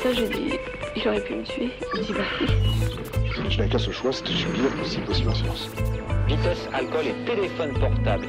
ça, je lui ai dit, il aurait pu me tuer. Il me dit, bah oui. Je n'avais qu'un seul choix, c'était de subir, si possible, un silence. Vitesse, alcool et téléphone portable.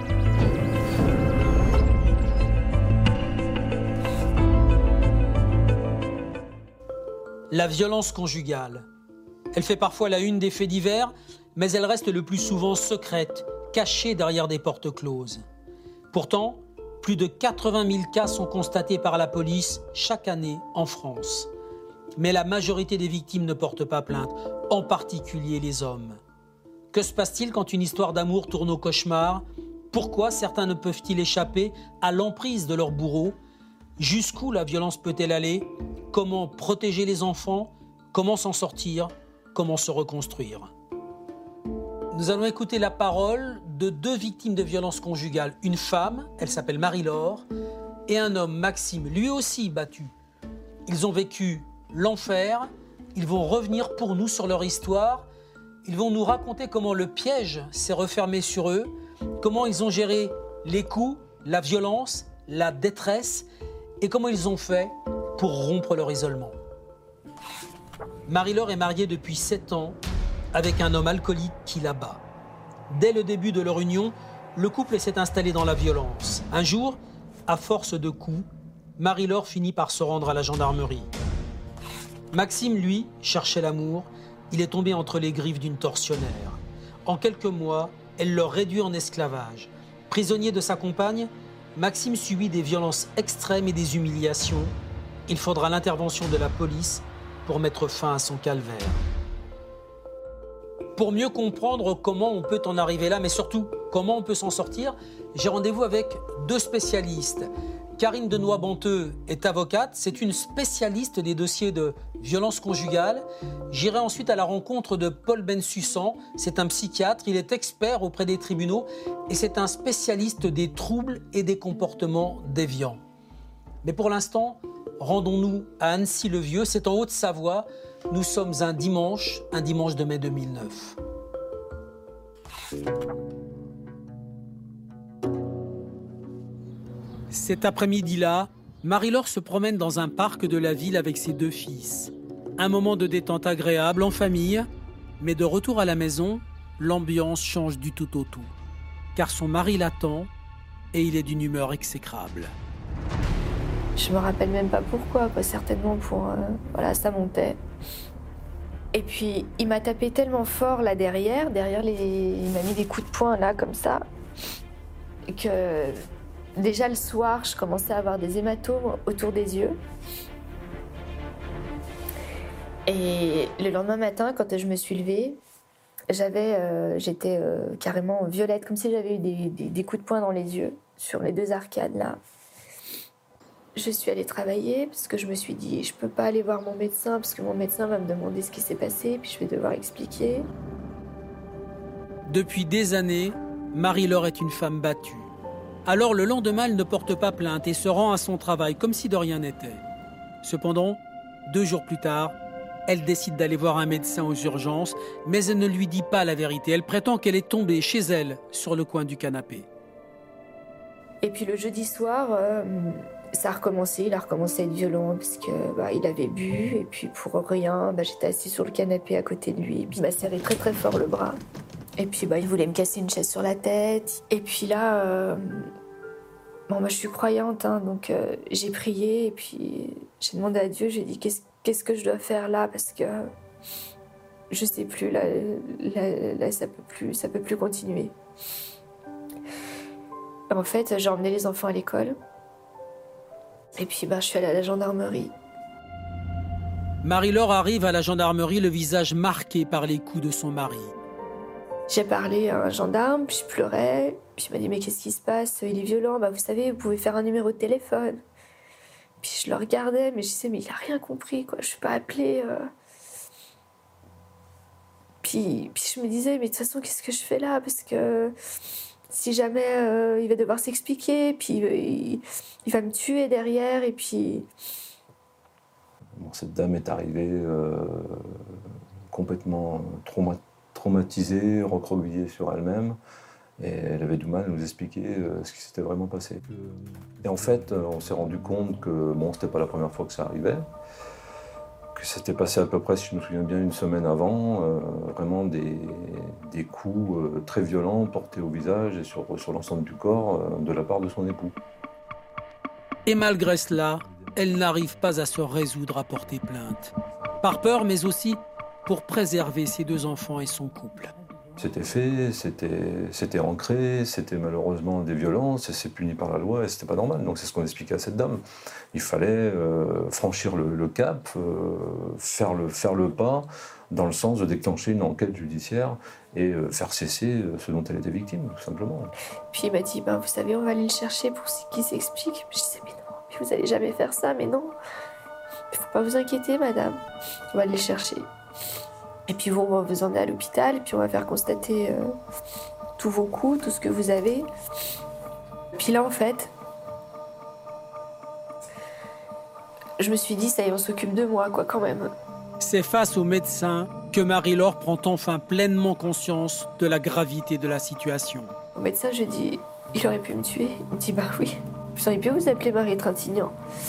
La violence conjugale. Elle fait parfois la une des faits divers, mais elle reste le plus souvent secrète, cachée derrière des portes closes. Pourtant, plus de 80 000 cas sont constatés par la police chaque année en France. Mais la majorité des victimes ne portent pas plainte, en particulier les hommes. Que se passe-t-il quand une histoire d'amour tourne au cauchemar ? Pourquoi certains ne peuvent-ils échapper à l'emprise de leur bourreau ? Jusqu'où la violence peut-elle aller ? Comment protéger les enfants ? Comment s'en sortir ? Comment se reconstruire ? Nous allons écouter la parole de 2 victimes de violences conjugales. Une femme, elle s'appelle Marie-Laure, et un homme, Maxime, lui aussi battu. Ils ont vécu l'enfer, ils vont revenir pour nous sur leur histoire, ils vont nous raconter comment le piège s'est refermé sur eux, comment ils ont géré les coups, la violence, la détresse, et comment ils ont fait pour rompre leur isolement. Marie-Laure est mariée depuis 7 ans avec un homme alcoolique qui la bat. Dès le début de leur union, le couple s'est installé dans la violence. Un jour, à force de coups, Marie-Laure finit par se rendre à la gendarmerie. Maxime, lui, cherchait l'amour. Il est tombé entre les griffes d'une tortionnaire. En quelques mois, elle le réduit en esclavage. Prisonnier de sa compagne, Maxime subit des violences extrêmes et des humiliations. Il faudra l'intervention de la police pour mettre fin à son calvaire. Pour mieux comprendre comment on peut en arriver là, mais surtout comment on peut s'en sortir, j'ai rendez-vous avec 2 spécialistes. Karine Denoy-Banteux est avocate, c'est une spécialiste des dossiers de violences conjugales. J'irai ensuite à la rencontre de Paul Bensussan, c'est un psychiatre, il est expert auprès des tribunaux et c'est un spécialiste des troubles et des comportements déviants. Mais pour l'instant, rendons-nous à Annecy-le-Vieux, c'est en Haute-Savoie. Nous sommes un dimanche de mai 2009. Cet après-midi-là, Marie-Laure se promène dans un parc de la ville avec ses 2 fils. Un moment de détente agréable en famille, mais de retour à la maison, l'ambiance change du tout au tout. Car son mari l'attend et il est d'une humeur exécrable. Je me rappelle même pas pourquoi, certainement pour... ça montait. Et puis, il m'a tapé tellement fort là derrière il m'a mis des coups de poing là, comme ça, que déjà le soir, je commençais à avoir des hématomes autour des yeux. Et le lendemain matin, quand je me suis levée, j'étais carrément violette, comme si j'avais eu des coups de poing dans les yeux, sur les 2 arcades là. Je suis allée travailler parce que je me suis dit, je peux pas aller voir mon médecin parce que mon médecin va me demander ce qui s'est passé, puis je vais devoir expliquer. Depuis des années, Marie-Laure est une femme battue. Alors le lendemain, elle ne porte pas plainte et se rend à son travail comme si de rien n'était. Cependant, 2 jours plus tard, elle décide d'aller voir un médecin aux urgences, mais elle ne lui dit pas la vérité. Elle prétend qu'elle est tombée chez elle sur le coin du canapé. Et puis le jeudi soir, ça a recommencé, il a recommencé à être violent parce que il avait bu et puis pour rien, j'étais assise sur le canapé à côté de lui. Et puis il m'a serré très très fort le bras. Et puis il voulait me casser une chaise sur la tête. Et puis là, moi je suis croyante, donc j'ai prié et puis j'ai demandé à Dieu, j'ai dit qu'est-ce que je dois faire là parce que je sais plus, là ça peut plus continuer. En fait, j'ai emmené les enfants à l'école. Et puis, je suis allée à la gendarmerie. Marie-Laure arrive à la gendarmerie, le visage marqué par les coups de son mari. J'ai parlé à un gendarme, puis je pleurais. Puis il m'a dit, mais qu'est-ce qui se passe ? Il est violent. Vous savez, vous pouvez faire un numéro de téléphone. Puis je le regardais, mais je disais, mais il a rien compris, quoi. Je suis pas appelée. Puis je me disais, mais de toute façon, qu'est-ce que je fais là ? Parce que... si jamais il va devoir s'expliquer, puis il va me tuer derrière, et puis... Cette dame est arrivée complètement traumatisée, recroquevillée sur elle-même, et elle avait du mal à nous expliquer ce qui s'était vraiment passé. Et en fait, on s'est rendu compte que, c'était pas la première fois que ça arrivait, que ça s'était passé à peu près, si je me souviens bien, une semaine avant, vraiment des coups très violents portés au visage et sur l'ensemble du corps de la part de son époux. Et malgré cela, elle n'arrive pas à se résoudre à porter plainte. Par peur, mais aussi pour préserver ses 2 enfants et son couple. C'était fait, c'était ancré, c'était malheureusement des violences, et c'est puni par la loi, et c'était pas normal. Donc c'est ce qu'on expliquait à cette dame. Il fallait franchir le cap, faire le pas, dans le sens de déclencher une enquête judiciaire et faire cesser ce dont elle était victime, tout simplement. Puis il m'a dit, vous savez, on va aller le chercher pour qu'il s'explique. Je disais, mais non, mais vous allez jamais faire ça, mais non. Il faut pas vous inquiéter, madame. On va aller le chercher. Et puis on va vous emmener à l'hôpital, et puis on va faire constater tous vos coups, tout ce que vous avez. Puis là, en fait, je me suis dit, ça y est, on s'occupe de moi, quoi, quand même. C'est face au médecin que Marie-Laure prend enfin pleinement conscience de la gravité de la situation. Au médecin, je dis, il aurait pu me tuer. Il me dit, oui. Vous auriez pu vous appeler Marie Trintignant.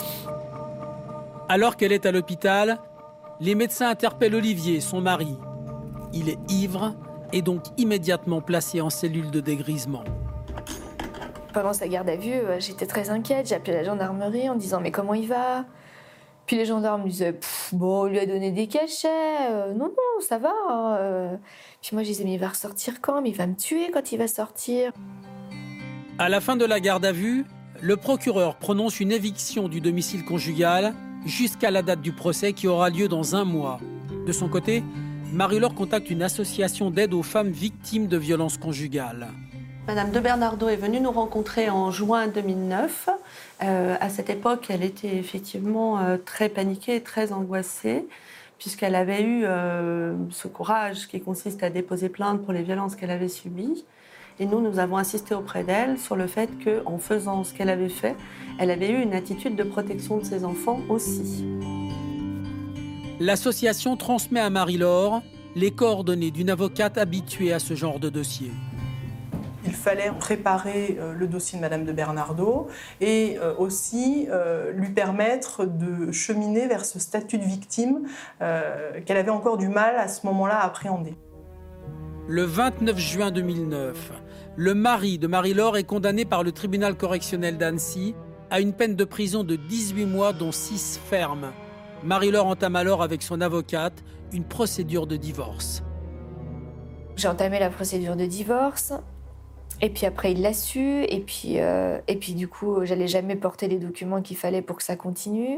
Alors qu'elle est à l'hôpital, les médecins interpellent Olivier, son mari. Il est ivre et donc immédiatement placé en cellule de dégrisement. Pendant sa garde à vue, j'étais très inquiète. J'ai appelé la gendarmerie en disant, mais comment il va? Puis les gendarmes me disaient, bon, on lui a donné des cachets. Non, ça va. Hein. Puis moi, je disais, mais il va ressortir quand? Mais il va me tuer quand il va sortir. À la fin de la garde à vue, le procureur prononce une éviction du domicile conjugal jusqu'à la date du procès qui aura lieu dans 1 mois. De son côté, Marie-Laure contacte une association d'aide aux femmes victimes de violences conjugales. Madame de Bernardo est venue nous rencontrer en juin 2009. À cette époque, elle était effectivement très paniquée, très angoissée, puisqu'elle avait eu ce courage qui consiste à déposer plainte pour les violences qu'elle avait subies. Et nous avons insisté auprès d'elle sur le fait qu'en faisant ce qu'elle avait fait, elle avait eu une attitude de protection de ses enfants aussi. L'association transmet à Marie-Laure les coordonnées d'une avocate habituée à ce genre de dossier. Il fallait préparer le dossier de Madame de Bernardo et aussi lui permettre de cheminer vers ce statut de victime qu'elle avait encore du mal à ce moment-là à appréhender. Le 29 juin 2009, le mari de Marie-Laure est condamné par le tribunal correctionnel d'Annecy à une peine de prison de 18 mois, dont 6 fermes. Marie-Laure entame alors avec son avocate une procédure de divorce. J'ai entamé la procédure de divorce. Et puis après, il l'a su. Et puis du coup, j'allais jamais porter les documents qu'il fallait pour que ça continue.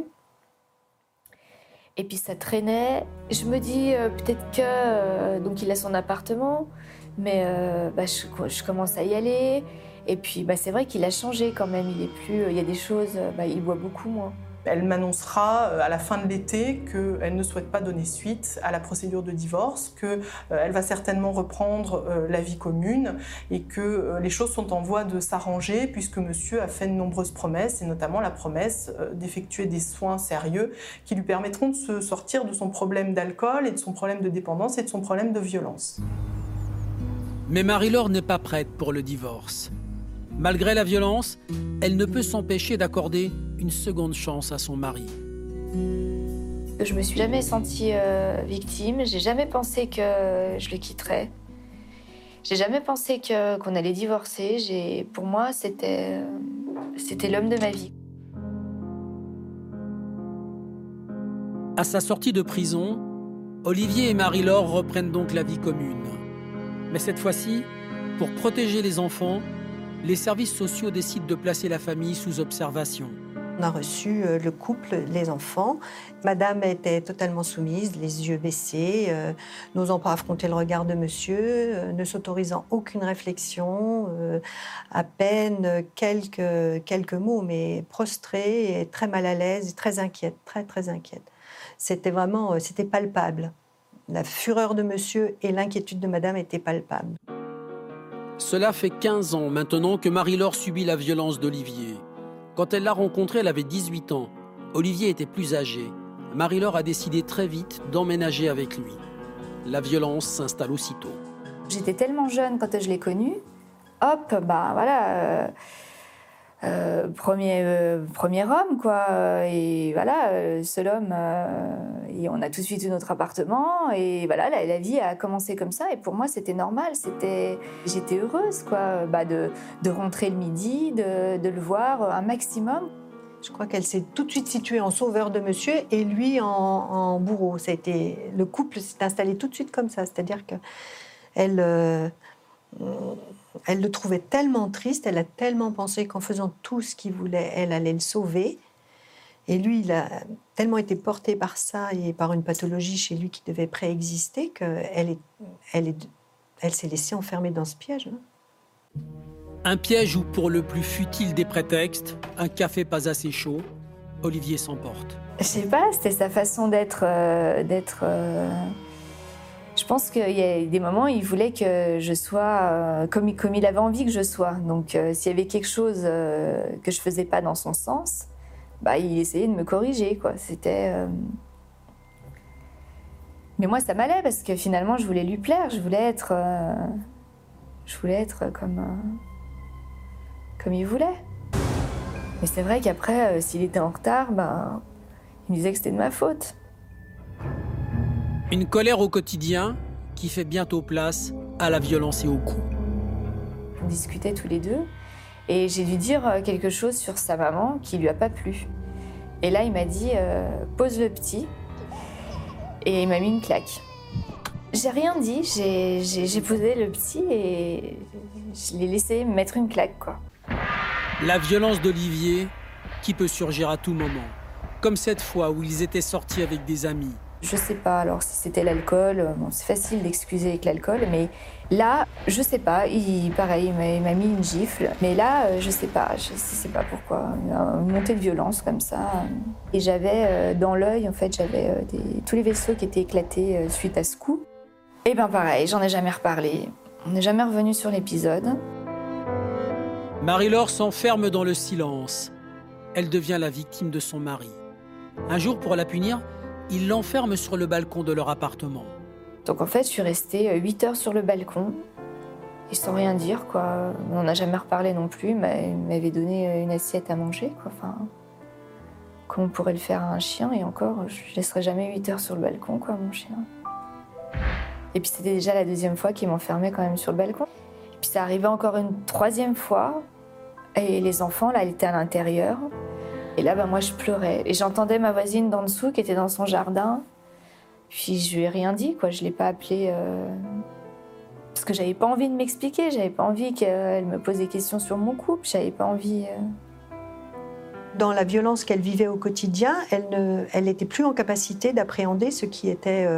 Et puis ça traînait. Je me dis peut-être que... donc il a son appartement, mais je commence à y aller. Et puis c'est vrai qu'il a changé quand même. Il est plus... il y a des choses... il boit beaucoup moins. Elle m'annoncera à la fin de l'été qu'elle ne souhaite pas donner suite à la procédure de divorce, qu'elle va certainement reprendre la vie commune et que les choses sont en voie de s'arranger puisque monsieur a fait de nombreuses promesses et notamment la promesse d'effectuer des soins sérieux qui lui permettront de se sortir de son problème d'alcool et de son problème de dépendance et de son problème de violence. Mais Marie-Laure n'est pas prête pour le divorce. Malgré la violence, elle ne peut s'empêcher d'accorder une seconde chance à son mari. Je me suis jamais sentie victime. J'ai jamais pensé que je le quitterais. J'ai jamais pensé qu'on allait divorcer. Pour moi, c'était l'homme de ma vie. À sa sortie de prison, Olivier et Marie-Laure reprennent donc la vie commune. Mais cette fois-ci, pour protéger les enfants, les services sociaux décident de placer la famille sous observation. On a reçu le couple, les enfants. Madame était totalement soumise, les yeux baissés, n'osant pas affronter le regard de monsieur, ne s'autorisant aucune réflexion, à peine quelques mots, mais prostrée et très mal à l'aise, très inquiète, très inquiète. C'était palpable. La fureur de monsieur et l'inquiétude de madame étaient palpables. Cela fait 15 ans maintenant que Marie-Laure subit la violence d'Olivier. Quand elle l'a rencontré, elle avait 18 ans. Olivier était plus âgé. Marie-Laure a décidé très vite d'emménager avec lui. La violence s'installe aussitôt. J'étais tellement jeune quand je l'ai connu. Hop, Premier homme, quoi. Et voilà, seul homme. Et on a tout de suite eu notre appartement. Et voilà, la vie a commencé comme ça. Et pour moi, c'était normal. J'étais heureuse, quoi, de rentrer le midi, de le voir un maximum. Je crois qu'elle s'est tout de suite située en sauveur de monsieur et lui en bourreau. Le couple s'est installé tout de suite comme ça. C'est-à-dire qu'elle elle le trouvait tellement triste, elle a tellement pensé qu'en faisant tout ce qu'il voulait, elle allait le sauver. Et lui, il a tellement été porté par ça et par une pathologie chez lui qui devait préexister qu'elle s'est laissée enfermer dans ce piège. Un piège où, pour le plus futile des prétextes, un café pas assez chaud, Olivier s'emporte. Je sais pas, c'était sa façon d'être. Je pense qu'il y a des moments où il voulait que je sois comme il avait envie que je sois. Donc s'il y avait quelque chose que je faisais pas dans son sens, il essayait de me corriger, quoi. Mais moi, ça m'allait parce que finalement, je voulais lui plaire. Je voulais être comme il voulait. Mais c'est vrai qu'après, s'il était en retard, il me disait que c'était de ma faute. Une colère au quotidien qui fait bientôt place à la violence et aux coups. On discutait tous les deux et j'ai dû dire quelque chose sur sa maman qui lui a pas plu. Et là, il m'a dit « pose le petit » et il m'a mis une claque. J'ai rien dit, j'ai posé le petit et je l'ai laissé me mettre une claque, quoi. La violence d'Olivier qui peut surgir à tout moment. Comme cette fois où ils étaient sortis avec des amis. Je sais pas, alors si c'était l'alcool, c'est facile d'excuser avec l'alcool, mais là, je sais pas, il m'a mis une gifle, mais là, je sais pas pourquoi, une montée de violence comme ça. Et j'avais dans l'œil, en fait, j'avais tous les vaisseaux qui étaient éclatés suite à ce coup. Et pareil, j'en ai jamais reparlé, on n'est jamais revenu sur l'épisode. Marie-Laure s'enferme dans le silence. Elle devient la victime de son mari. Un jour, pour la punir, il l'enferme sur le balcon de leur appartement. Donc en fait, je suis restée 8 heures sur le balcon, et sans rien dire, quoi. On n'a jamais reparlé non plus, mais il m'avait donné une assiette à manger, quoi. Enfin, comme on pourrait le faire à un chien, et encore, je ne laisserai jamais 8 heures sur le balcon, quoi, mon chien. Et puis c'était déjà la deuxième fois qu'il m'enfermait quand même sur le balcon. Et puis ça arrivait encore une troisième fois, et les enfants, là, ils étaient à l'intérieur. Et là, moi, je pleurais. Et j'entendais ma voisine d'en dessous qui était dans son jardin. Puis je lui ai rien dit, quoi. Je l'ai pas appelée parce que j'avais pas envie de m'expliquer. J'avais pas envie qu'elle me pose des questions sur mon couple. J'avais pas envie. Dans la violence qu'elle vivait au quotidien, elle n'était plus en capacité d'appréhender ce qui était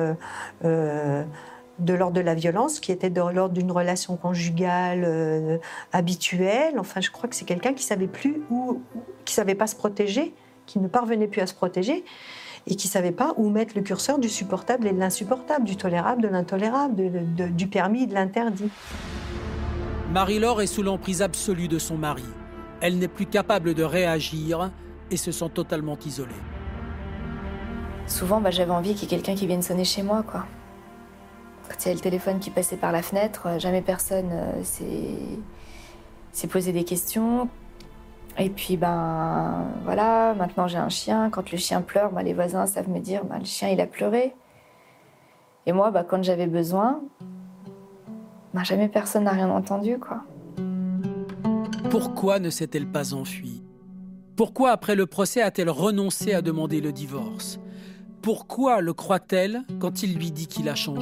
de l'ordre de la violence, qui était de l'ordre d'une relation conjugale habituelle. Enfin, je crois que c'est quelqu'un qui savait plus qui savait pas se protéger, qui ne parvenait plus à se protéger et qui savait pas où mettre le curseur du supportable et de l'insupportable, du tolérable, de l'intolérable, du permis et de l'interdit. Marie-Laure est sous l'emprise absolue de son mari. Elle n'est plus capable de réagir et se sent totalement isolée. Souvent, j'avais envie qu'il y ait quelqu'un qui vienne sonner chez moi, quoi. Quand il y avait le téléphone qui passait par la fenêtre, jamais personne s'est posé des questions. Et puis, voilà, maintenant j'ai un chien. Quand le chien pleure, les voisins savent me dire le chien, il a pleuré. Et moi, quand j'avais besoin, jamais personne n'a rien entendu, quoi. Pourquoi ne s'est-elle pas enfuie ? Pourquoi, après le procès, a-t-elle renoncé à demander le divorce ? Pourquoi le croit-elle quand il lui dit qu'il a changé ?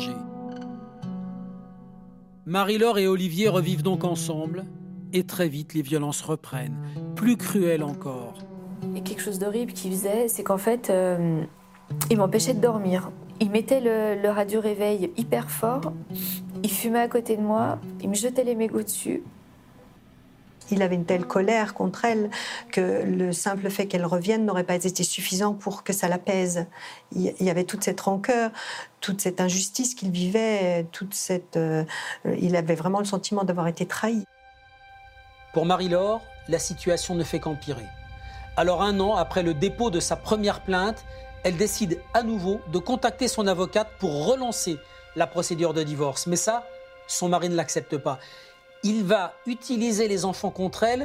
Marie-Laure et Olivier revivent donc ensemble et très vite les violences reprennent, plus cruelles encore. Et quelque chose d'horrible qu'il faisait, c'est qu'en fait, il m'empêchait de dormir. Il mettait le radio-réveil hyper fort, il fumait à côté de moi, il me jetait les mégots dessus. Il avait une telle colère contre elle que le simple fait qu'elle revienne n'aurait pas été suffisant pour que ça l'apaise. Il y avait toute cette rancœur, toute cette injustice qu'il vivait, il avait vraiment le sentiment d'avoir été trahi. Pour Marie-Laure, la situation ne fait qu'empirer. Alors 1 an après le dépôt de sa première plainte, elle décide à nouveau de contacter son avocate pour relancer la procédure de divorce. Mais ça, son mari ne l'accepte pas. Il va utiliser les enfants contre elle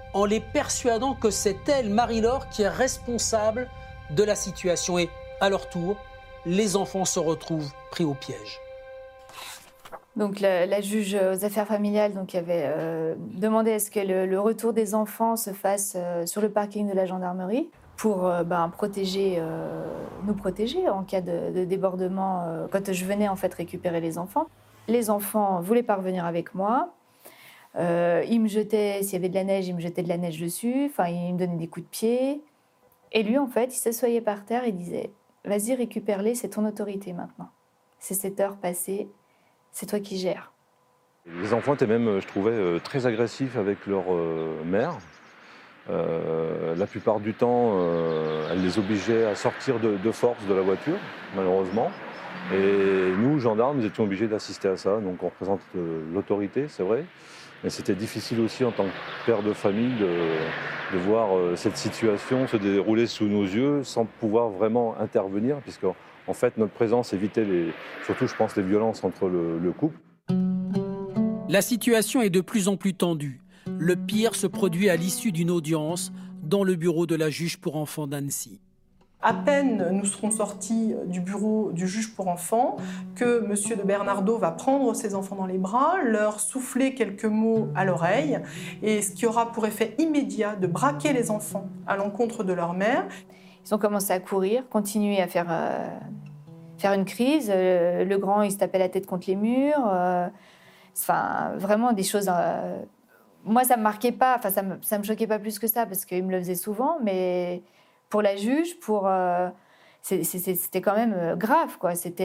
en les persuadant que c'est elle, Marie-Laure, qui est responsable de la situation. Et à leur tour, les enfants se retrouvent pris au piège. Donc la juge aux affaires familiales avait demandé à ce que le retour des enfants se fasse sur le parking de la gendarmerie pour nous protéger en cas de débordement quand je venais en fait récupérer les enfants. Les enfants voulaient pas revenir avec moi. Ils me jetaient, s'il y avait de la neige, ils me jetaient de la neige dessus. Enfin, ils me donnaient des coups de pied. Et lui, en fait, il s'assoyait par terre et disait « Vas-y, récupère-les, c'est ton autorité maintenant. C'est cette heure passée, c'est toi qui gères. » Les enfants étaient même, je trouvais, très agressifs avec leur mère. La plupart du temps, elle les obligeait à sortir de force de la voiture, malheureusement. Et nous, gendarmes, nous étions obligés d'assister à ça. Donc on représente l'autorité, c'est vrai. Mais c'était difficile aussi en tant que père de famille de voir cette situation se dérouler sous nos yeux sans pouvoir vraiment intervenir, puisque en fait notre présence évitait surtout je pense les violences entre le couple. La situation est de plus en plus tendue. Le pire se produit à l'issue d'une audience dans le bureau de la juge pour enfants d'Annecy. À peine nous serons sortis du bureau du juge pour enfants que M. de Bernardo va prendre ses enfants dans les bras, leur souffler quelques mots à l'oreille, et ce qui aura pour effet immédiat de braquer les enfants à l'encontre de leur mère. Ils ont commencé à courir, continuer à faire une crise. Le grand, il se tapait la tête contre les murs. Enfin, vraiment des choses... Moi, ça me marquait pas, ça me choquait pas plus que ça, parce qu'il me le faisait souvent, mais... Pour la juge, c'était quand même grave, quoi. C'était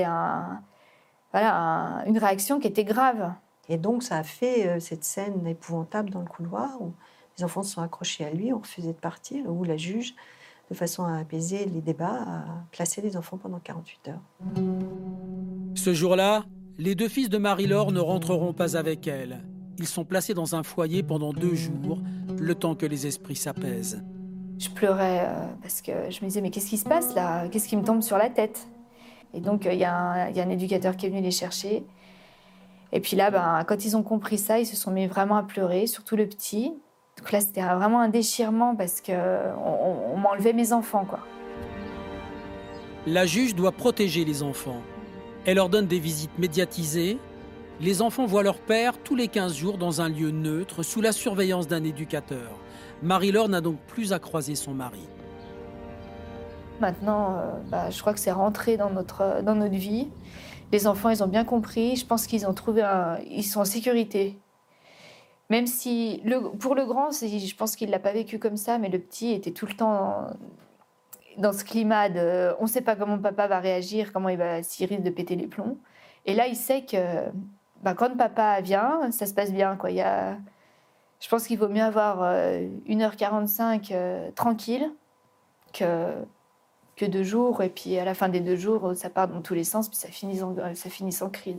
une réaction qui était grave. Et donc, ça a fait cette scène épouvantable dans le couloir où les enfants se sont accrochés à lui, ont refusé de partir, où la juge, de façon à apaiser les débats, a placé les enfants pendant 48 heures. Ce jour-là, les deux fils de Marie-Laure ne rentreront pas avec elle. Ils sont placés dans un foyer pendant 2 jours, le temps que les esprits s'apaisent. Je pleurais parce que je me disais, mais qu'est-ce qui se passe là? Qu'est-ce qui me tombe sur la tête? Et donc, il y a un éducateur qui est venu les chercher. Et puis là, quand ils ont compris ça, ils se sont mis vraiment à pleurer, surtout le petit. Donc là, c'était vraiment un déchirement parce qu'on m'enlevait mes enfants, quoi. La juge doit protéger les enfants. Elle leur donne des visites médiatisées. Les enfants voient leur père tous les 15 jours dans un lieu neutre, sous la surveillance d'un éducateur. Marie-Laure n'a donc plus à croiser son mari. Maintenant, je crois que c'est rentré dans notre vie. Les enfants, ils ont bien compris. Je pense qu'ils ont ils sont en sécurité. Même si, pour le grand, je pense qu'il ne l'a pas vécu comme ça, mais le petit était tout le temps dans ce climat de on ne sait pas comment papa va réagir, s'il risque de péter les plombs. Et là, il sait que quand papa vient, ça se passe bien, quoi. Je pense qu'il vaut mieux avoir 1h45 tranquille que 2 jours. Et puis à la fin des 2 jours, ça part dans tous les sens, puis ça finit sans crise.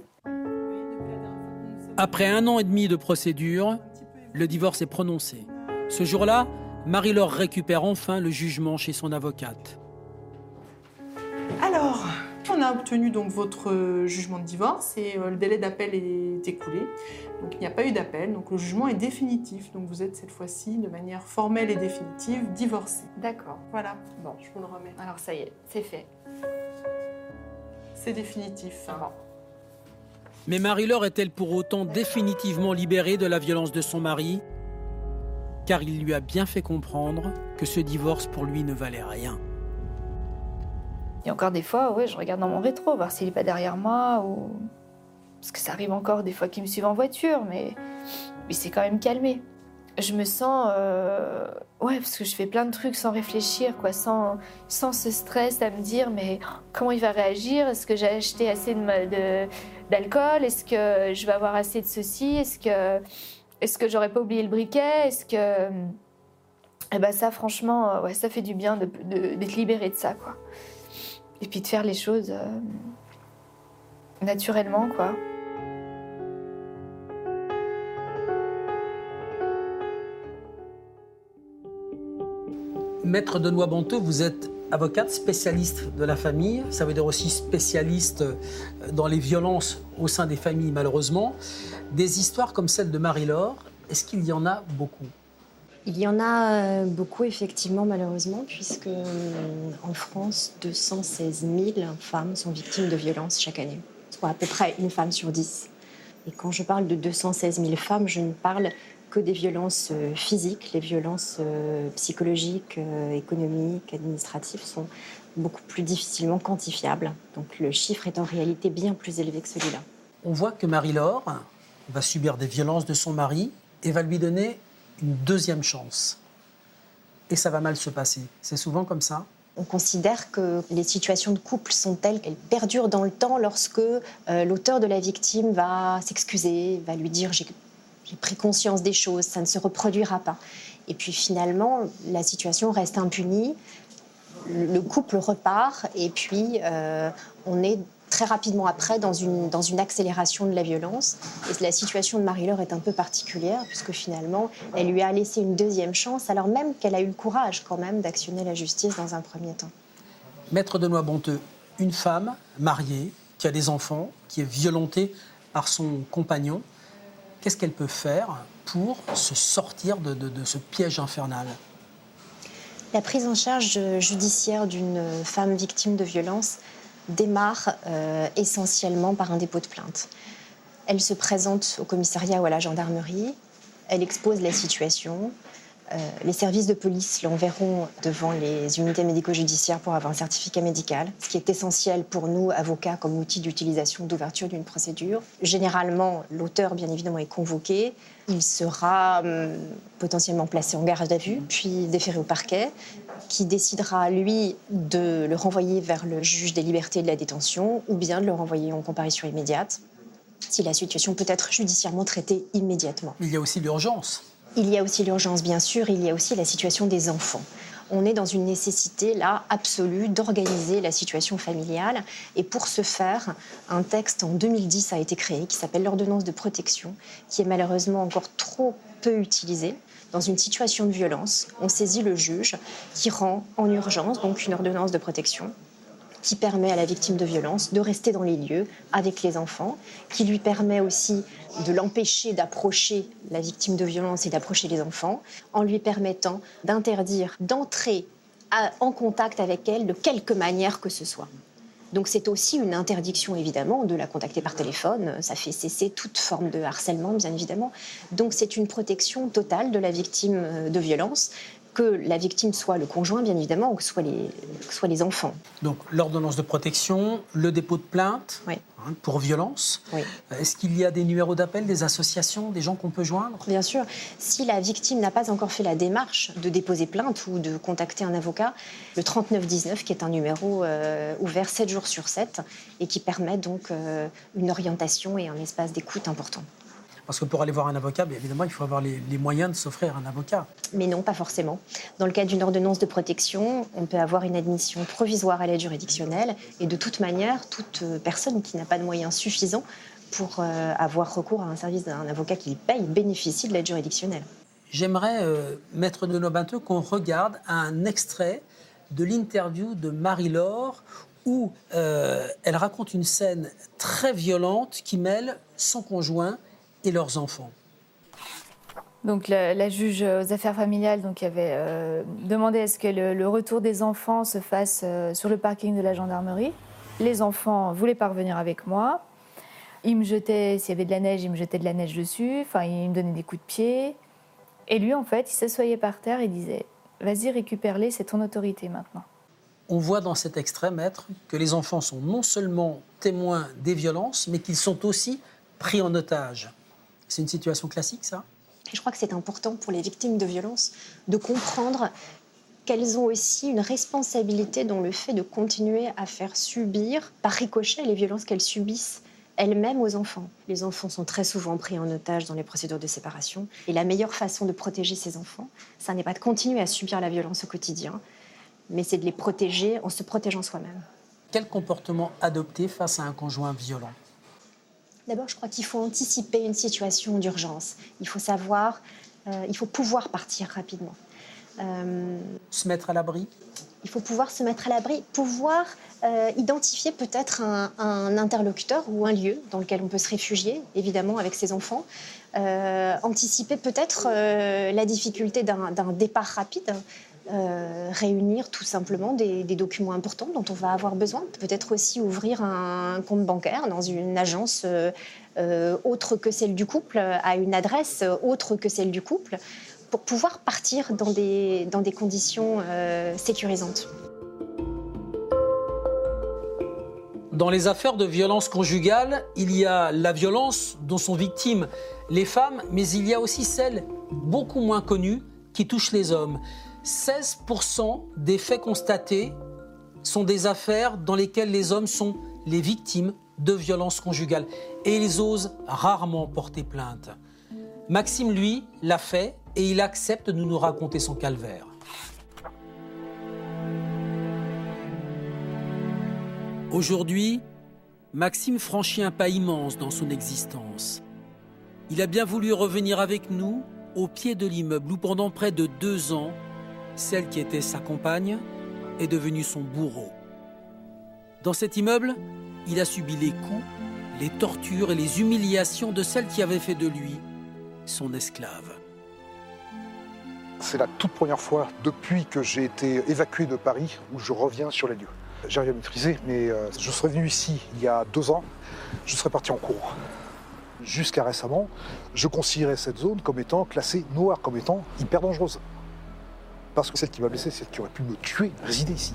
Après 1 an et demi de procédure, le divorce est prononcé. Ce jour-là, Marie-Laure récupère enfin le jugement chez son avocate. Alors, on a obtenu donc votre jugement de divorce et le délai d'appel est écoulé. Donc il n'y a pas eu d'appel, donc le jugement est définitif. Donc vous êtes cette fois-ci, de manière formelle et définitive, divorcé. D'accord. Voilà, bon, je vous le remets. Alors ça y est, c'est fait. C'est définitif. Bon. Mais Marie-Laure est-elle pour autant définitivement libérée de la violence de son mari? Car il lui a bien fait comprendre que ce divorce pour lui ne valait rien. Il y a encore des fois, je regarde dans mon rétro, voir s'il n'est pas derrière moi. Parce que ça arrive encore des fois qu'il me suive en voiture, mais il s'est quand même calmé. Je me sens... parce que je fais plein de trucs sans réfléchir, quoi, sans ce stress à me dire, mais comment il va réagir? Est-ce que j'ai acheté assez d'alcool? Est-ce que je vais avoir assez de ceci? Est-ce que j'aurais pas oublié le briquet? Est-ce que... ça, franchement, ça fait du bien d'être libérée de ça, quoi. Et puis de faire les choses naturellement, quoi. Maître Denoy Banteux, vous êtes avocate spécialiste de la famille, ça veut dire aussi spécialiste dans les violences au sein des familles, malheureusement. Des histoires comme celle de Marie-Laure, est-ce qu'il y en a beaucoup? Il y en a beaucoup, effectivement, malheureusement, puisque en France, 216 000 femmes sont victimes de violences chaque année, soit à peu près une femme sur 10. Et quand je parle de 216 000 femmes, je ne parle que des violences physiques. Les violences psychologiques, économiques, administratives sont beaucoup plus difficilement quantifiables. Donc le chiffre est en réalité bien plus élevé que celui-là. On voit que Marie-Laure va subir des violences de son mari et va lui donner une deuxième chance. Et ça va mal se passer. C'est souvent comme ça. On considère que les situations de couple sont telles qu'elles perdurent dans le temps lorsque l'auteur de la victime va s'excuser, va lui dire « j'ai pris conscience des choses, ça ne se reproduira pas ». Et puis finalement, la situation reste impunie, le couple repart et puis on est très rapidement après dans une accélération de la violence. Et la situation de Marie-Laure est un peu particulière puisque finalement, elle lui a laissé une deuxième chance alors même qu'elle a eu le courage quand même d'actionner la justice dans un premier temps. Maître Denoy-Bonteux, une femme mariée qui a des enfants, qui est violentée par son compagnon, qu'est-ce qu'elle peut faire pour se sortir de ce piège infernal ? La prise en charge judiciaire d'une femme victime de violence démarre essentiellement par un dépôt de plainte. Elle se présente au commissariat ou à la gendarmerie, elle expose la situation, les services de police l'enverront devant les unités médico-judiciaires pour avoir un certificat médical, ce qui est essentiel pour nous, avocats, comme outil d'utilisation d'ouverture d'une procédure. Généralement, l'auteur, bien évidemment, est convoqué, il sera potentiellement placé en garde à vue, puis déféré au parquet, qui décidera, lui, de le renvoyer vers le juge des libertés et de la détention ou bien de le renvoyer en comparution immédiate, si la situation peut être judiciairement traitée immédiatement. Il y a aussi l'urgence. Il y a aussi l'urgence, bien sûr, il y a aussi la situation des enfants. On est dans une nécessité, là, absolue d'organiser la situation familiale. Et pour ce faire, un texte en 2010 a été créé qui s'appelle l'ordonnance de protection, qui est malheureusement encore trop peu utilisée. Dans une situation de violence, on saisit le juge qui rend en urgence donc une ordonnance de protection qui permet à la victime de violence de rester dans les lieux avec les enfants, qui lui permet aussi de l'empêcher d'approcher la victime de violence et d'approcher les enfants, en lui permettant d'interdire d'entrer en contact avec elle de quelque manière que ce soit. Donc c'est aussi une interdiction, évidemment, de la contacter par téléphone. Ça fait cesser toute forme de harcèlement, bien évidemment. Donc c'est une protection totale de la victime de violence, que la victime soit le conjoint, bien évidemment, ou que ce soit les enfants. Donc l'ordonnance de protection, le dépôt de plainte oui. Pour violence. Oui. Est-ce qu'il y a des numéros d'appel, des associations, des gens qu'on peut joindre ? Bien sûr. Si la victime n'a pas encore fait la démarche de déposer plainte ou de contacter un avocat, le 3919, qui est un numéro ouvert 7 jours sur 7 et qui permet donc une orientation et un espace d'écoute important. Parce que pour aller voir un avocat, bien évidemment, il faut avoir les moyens de s'offrir un avocat. Mais non, pas forcément. Dans le cadre d'une ordonnance de protection, on peut avoir une admission provisoire à l'aide juridictionnelle. Et de toute manière, toute personne qui n'a pas de moyens suffisants pour avoir recours à un service d'un avocat qu'il paye bénéficie de l'aide juridictionnelle. J'aimerais, Maître Denoy-Bonteux, qu'on regarde un extrait de l'interview de Marie-Laure où elle raconte une scène très violente qui mêle son conjoint et leurs enfants. Donc la juge aux affaires familiales avait demandé à ce que le retour des enfants se fasse sur le parking de la gendarmerie. Les enfants voulaient pas revenir avec moi. Ils me jetaient, s'il y avait de la neige, ils me jetaient de la neige dessus. Enfin, ils me donnaient des coups de pied. Et lui, en fait, il s'assoyait par terre et disait « Vas-y, récupère-les, c'est ton autorité maintenant ». On voit dans cet extrait, Maître, que les enfants sont non seulement témoins des violences, mais qu'ils sont aussi pris en otage. C'est une situation classique, ça ? Je crois que c'est important pour les victimes de violences de comprendre qu'elles ont aussi une responsabilité dans le fait de continuer à faire subir, par ricochet, les violences qu'elles subissent elles-mêmes aux enfants. Les enfants sont très souvent pris en otage dans les procédures de séparation. Et la meilleure façon de protéger ces enfants, ça n'est pas de continuer à subir la violence au quotidien, mais c'est de les protéger en se protégeant soi-même. Quel comportement adopter face à un conjoint violent ? D'abord, je crois qu'il faut anticiper une situation d'urgence. Il faut savoir, il faut pouvoir partir rapidement. Se mettre à l'abri ? Il faut pouvoir se mettre à l'abri, pouvoir identifier peut-être un interlocuteur ou un lieu dans lequel on peut se réfugier, évidemment avec ses enfants. anticiper peut-être la difficulté d'un départ rapide, réunir tout simplement des documents importants dont on va avoir besoin, peut-être aussi ouvrir un compte bancaire dans une agence autre que celle du couple, à une adresse autre que celle du couple, pour pouvoir partir dans des conditions sécurisantes. Dans les affaires de violence conjugale, il y a la violence dont sont victimes les femmes, mais il y a aussi celle, beaucoup moins connue, qui touche les hommes. 16% des faits constatés sont des affaires dans lesquelles les hommes sont les victimes de violences conjugales. Et ils osent rarement porter plainte. Maxime, lui, l'a fait et il accepte de nous raconter son calvaire. Aujourd'hui, Maxime franchit un pas immense dans son existence. Il a bien voulu revenir avec nous au pied de l'immeuble où pendant près de 2 ans, celle qui était sa compagne est devenue son bourreau. Dans cet immeuble, il a subi les coups, les tortures et les humiliations de celle qui avait fait de lui son esclave. C'est la toute première fois depuis que j'ai été évacué de Paris où je reviens sur les lieux. J'arrive à maîtriser, mais je serais venu ici il y a 2 ans, je serais parti en cours. Jusqu'à récemment, je considérais cette zone comme étant classée noire, comme étant hyper dangereuse. Parce que celle qui m'a blessé, celle qui aurait pu me tuer, résidait ici.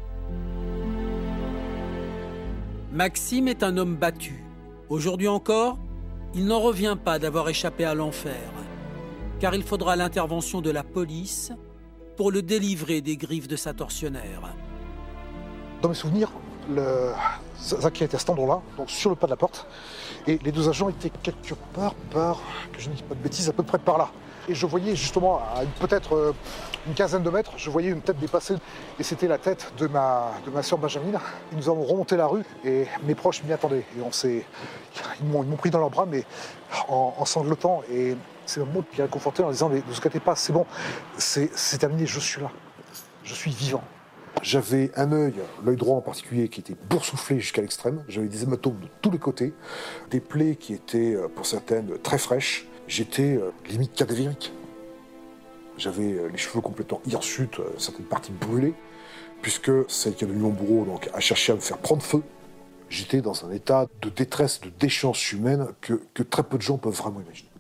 Maxime est un homme battu. Aujourd'hui encore, il n'en revient pas d'avoir échappé à l'enfer, car il faudra l'intervention de la police pour le délivrer des griffes de sa tortionnaire. Dans mes souvenirs, Zakia était à cet endroit-là, donc sur le pas de la porte, et les 2 agents étaient quelque part que je ne dis pas de bêtises, à peu près par là. Et je voyais justement, à peut-être une quinzaine de mètres, je voyais une tête dépasser, et c'était la tête de ma sœur Benjamin. Et nous avons remonté la rue, et mes proches m'y attendaient. Et ils m'ont pris dans leurs bras, mais en sanglotant, et c'est mon mot qui a réconforté en disant, mais ne vous inquiétez pas, c'est bon, c'est terminé, je suis là, je suis vivant. J'avais un œil, l'œil droit en particulier, qui était boursouflé jusqu'à l'extrême. J'avais des hématomes de tous les côtés, des plaies qui étaient, pour certaines, très fraîches. J'étais limite cadavérique. J'avais les cheveux complètement hirsutes, certaines parties brûlées, puisque celle qui a devenu mon bourreau donc, a cherché à me faire prendre feu. J'étais dans un état de détresse, de déchéance humaine que très peu de gens peuvent vraiment imaginer.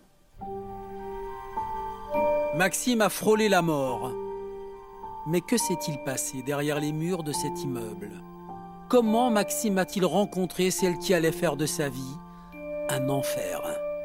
Maxime a frôlé la mort. Mais que s'est-il passé derrière les murs de cet immeuble? Comment Maxime a-t-il rencontré celle qui allait faire de sa vie un enfer?